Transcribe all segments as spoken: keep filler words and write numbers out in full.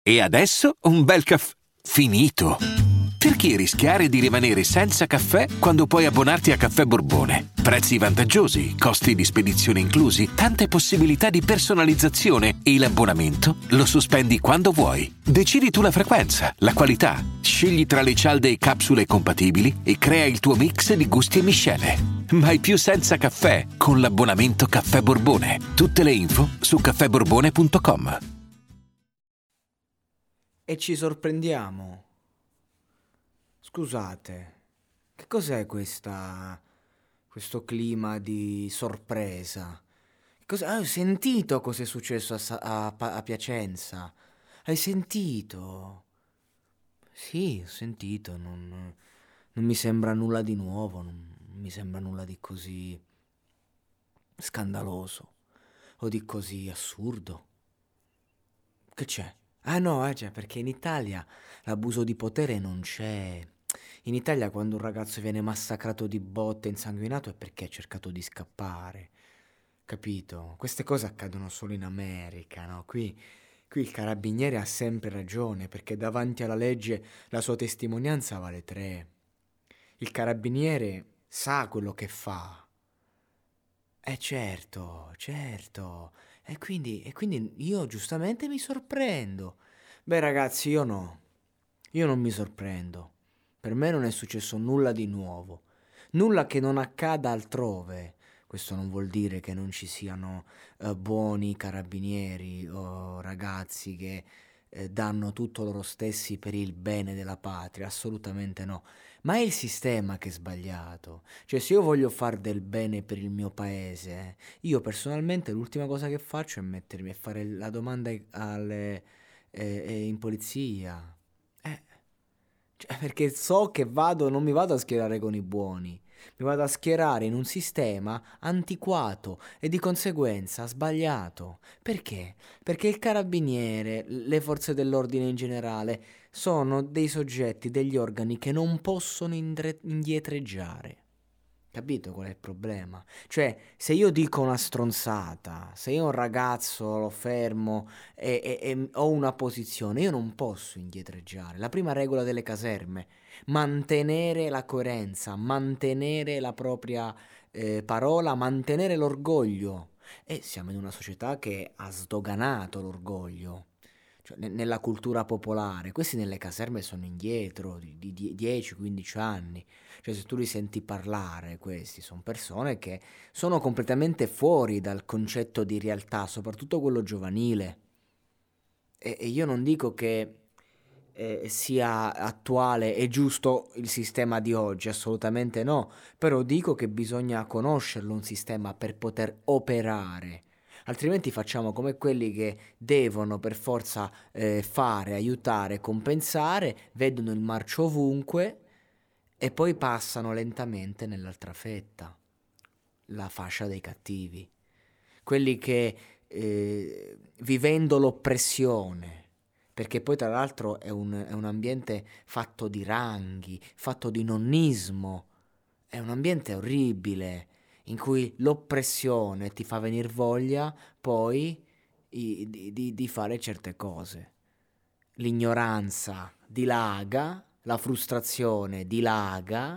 E adesso un bel caffè finito. Perché rischiare di rimanere senza caffè quando puoi abbonarti a Caffè Borbone? Prezzi vantaggiosi, costi di spedizione inclusi, tante possibilità di personalizzazione e l'abbonamento lo sospendi quando vuoi. Decidi tu la frequenza, la qualità, scegli tra le cialde e capsule compatibili e crea il tuo mix di gusti e miscele. Mai più senza caffè con l'abbonamento Caffè Borbone. Tutte le info su caffè borbone punto com. E ci sorprendiamo. Scusate, che cos'è questa, questo clima di sorpresa? Cosa, hai sentito cosa è successo a, Sa- a Pa- a Piacenza? Hai sentito? Sì, ho sentito, non, non mi sembra nulla di nuovo, non mi sembra nulla di così scandaloso o di così assurdo. Che c'è? Ah no, eh, cioè, perché in Italia l'abuso di potere non c'è. In Italia quando un ragazzo viene massacrato di botte, insanguinato, è perché ha cercato di scappare. Capito? Queste cose accadono solo in America, no? Qui, qui il carabiniere ha sempre ragione, perché davanti alla legge la sua testimonianza vale tre. Il carabiniere sa quello che fa. Eh certo, certo. E quindi, e quindi io giustamente mi sorprendo. Beh ragazzi, io no. Io non mi sorprendo. Per me non è successo nulla di nuovo. Nulla che non accada altrove. Questo non vuol dire che non ci siano eh, buoni carabinieri o ragazzi che eh, danno tutto loro stessi per il bene della patria. Assolutamente no. Ma è il sistema che è sbagliato. Cioè, se io voglio fare del bene per il mio paese, eh, io personalmente l'ultima cosa che faccio è mettermi a fare la domanda ai- alle, eh, eh, in polizia. Eh, cioè, perché so che vado, non mi vado a schierare con i buoni, mi vado a schierare in un sistema antiquato e di conseguenza sbagliato. Perché? Perché il carabiniere, le forze dell'ordine in generale, sono dei soggetti, degli organi che non possono indre- indietreggiare. Capito qual è il problema? Cioè, se io dico una stronzata, se io un ragazzo lo fermo e, e- e ho una posizione, io non posso indietreggiare. La prima regola delle caserme, mantenere la coerenza, mantenere la propria eh, parola, mantenere l'orgoglio. E siamo in una società che ha sdoganato l'orgoglio. Cioè, ne- nella cultura popolare, questi nelle caserme sono indietro di, di die- dieci quindici anni. Cioè, se tu li senti parlare, questi sono persone che sono completamente fuori dal concetto di realtà, soprattutto quello giovanile. E, e io non dico che eh, sia attuale e giusto il sistema di oggi, assolutamente no, però dico che bisogna conoscerlo un sistema per poter operare. Altrimenti facciamo come quelli che devono per forza eh, fare, aiutare, compensare, vedono il marcio ovunque e poi passano lentamente nell'altra fetta, la fascia dei cattivi, quelli che eh, vivendo l'oppressione, perché poi tra l'altro è un, è un ambiente fatto di ranghi, fatto di nonnismo, è un ambiente orribile in cui l'oppressione ti fa venire voglia poi i- di, di- di fare certe cose. L'ignoranza dilaga, la frustrazione dilaga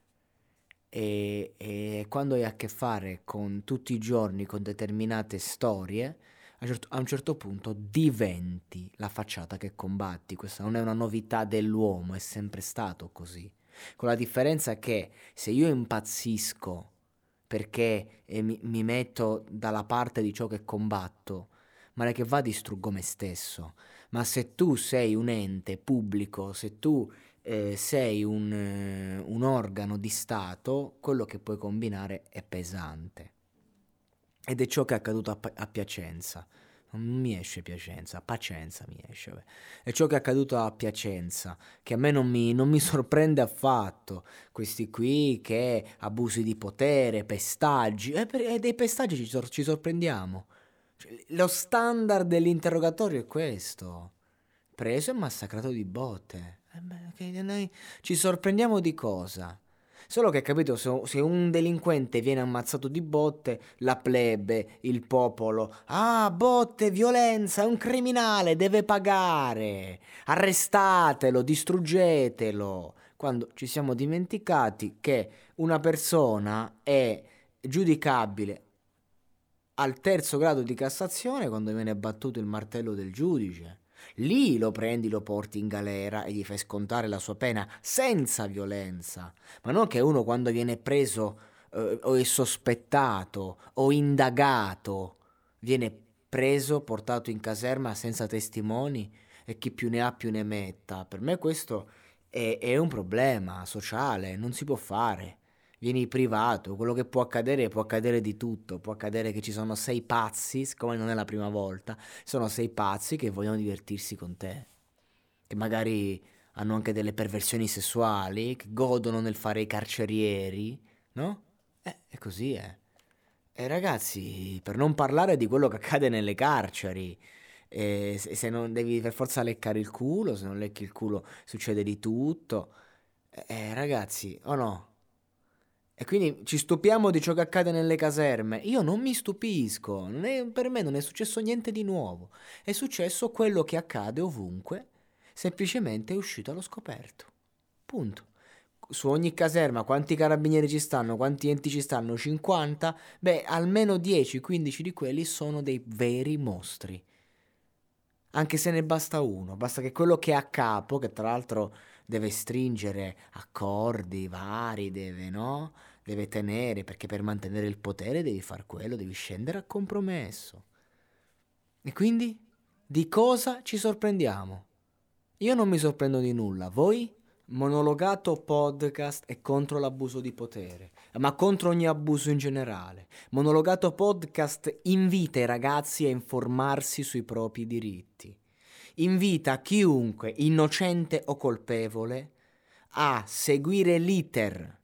e, e quando hai a che fare con tutti i giorni con determinate storie, a un certo, a un certo punto diventi la facciata che combatti. Questa non è una novità dell'uomo, è sempre stato così. Con la differenza che se io impazzisco perché eh, mi, mi metto dalla parte di ciò che combatto, male che va distruggo me stesso. Ma se tu sei un ente pubblico, se tu eh, sei un, eh, un organo di Stato, quello che puoi combinare è pesante. Ed è ciò che è accaduto a, Pa- a Piacenza. Non mi esce Piacenza, Pacenza mi esce. Vabbè. È ciò che è accaduto a Piacenza, che a me non mi, non mi sorprende affatto. Questi qui che abusi di potere, pestaggi, e, per, e dei pestaggi ci, sor- ci sorprendiamo. Cioè, lo standard dell'interrogatorio è questo. Preso e massacrato di botte. Eh beh, che noi ci sorprendiamo di cosa? Solo che, capito, se, se un delinquente viene ammazzato di botte, la plebe, il popolo, ah, botte, violenza, è un criminale, deve pagare, arrestatelo, distruggetelo. Quando ci siamo dimenticati che una persona è giudicabile al terzo grado di Cassazione quando viene battuto il martello del giudice. Lì lo prendi, lo porti in galera e gli fai scontare la sua pena senza violenza. Ma non che uno quando viene preso eh, o è sospettato o indagato viene preso, portato in caserma senza testimoni e chi più ne ha più ne metta. Per me questo è, è un problema sociale, non si può fare. Vieni privato, quello che può accadere può accadere di tutto, può accadere che ci sono sei pazzi, siccome non è la prima volta, sono sei pazzi che vogliono divertirsi con te, che magari hanno anche delle perversioni sessuali, che godono nel fare i carcerieri, no? Eh, è così, eh. E ragazzi, per non parlare di quello che accade nelle carceri, eh, se, se non devi per forza leccare il culo, se non lecchi il culo succede di tutto, eh, ragazzi, o no? E quindi ci stupiamo di ciò che accade nelle caserme. Io non mi stupisco, non è- per me non è successo niente di nuovo. È successo quello che accade ovunque, semplicemente è uscito allo scoperto. Punto. Su ogni caserma quanti carabinieri ci stanno, quanti enti ci stanno? cinquanta? Beh, almeno dieci quindici di quelli sono dei veri mostri. Anche se ne basta uno, basta che quello che è a capo, che tra l'altro deve stringere accordi vari, deve, no? Deve tenere, perché per mantenere il potere devi far quello, devi scendere a compromesso. E quindi di cosa ci sorprendiamo? Io non mi sorprendo di nulla, voi? Monologato podcast è contro l'abuso di potere, ma contro ogni abuso in generale. Monologato podcast invita i ragazzi a informarsi sui propri diritti. Invita chiunque, innocente o colpevole, a seguire l'iter,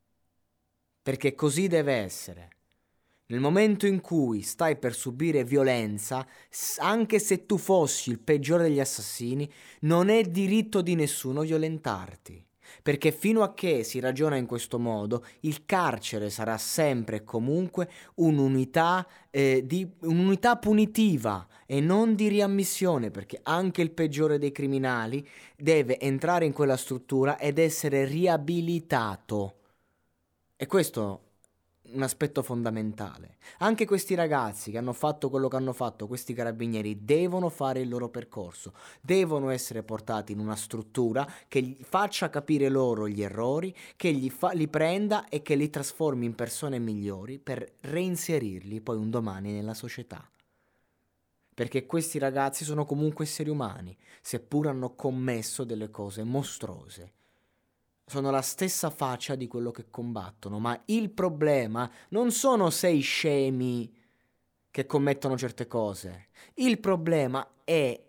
perché così deve essere. Nel momento in cui stai per subire violenza, anche se tu fossi il peggiore degli assassini, non è diritto di nessuno violentarti. Perché fino a che si ragiona in questo modo, il carcere sarà sempre e comunque un'unità, eh, di, un'unità punitiva e non di riammissione, perché anche il peggiore dei criminali deve entrare in quella struttura ed essere riabilitato. E questo un aspetto fondamentale. Anche questi ragazzi che hanno fatto quello che hanno fatto, questi carabinieri, devono fare il loro percorso, devono essere portati in una struttura che gli faccia capire loro gli errori, che gli fa, li prenda e che li trasformi in persone migliori per reinserirli poi un domani nella società. Perché questi ragazzi sono comunque esseri umani, seppur hanno commesso delle cose mostruose. Sono la stessa faccia di quello che combattono, ma il problema non sono sei scemi che commettono certe cose. Il problema è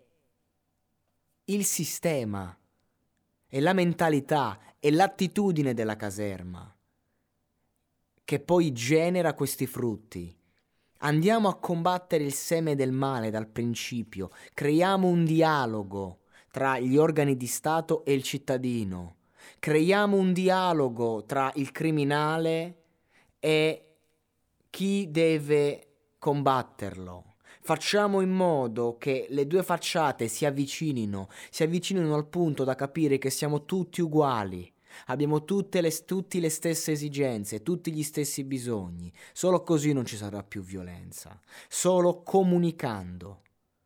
il sistema, è la mentalità, è l'attitudine della caserma che poi genera questi frutti. Andiamo a combattere il seme del male dal principio, creiamo un dialogo tra gli organi di Stato e il cittadino. Creiamo un dialogo tra il criminale e chi deve combatterlo. Facciamo in modo che le due facciate si avvicinino, si avvicinino al punto da capire che siamo tutti uguali. Abbiamo tutte le, tutti le stesse esigenze, tutti gli stessi bisogni. Solo così non ci sarà più violenza. Solo comunicando.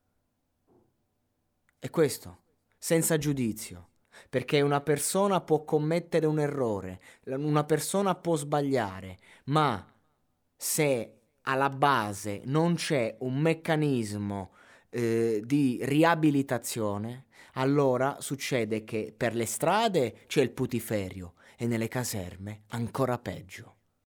E questo, senza giudizio. Perché una persona può commettere un errore, una persona può sbagliare, ma se alla base non c'è un meccanismo eh, di riabilitazione, allora succede che per le strade c'è il putiferio e nelle caserme ancora peggio.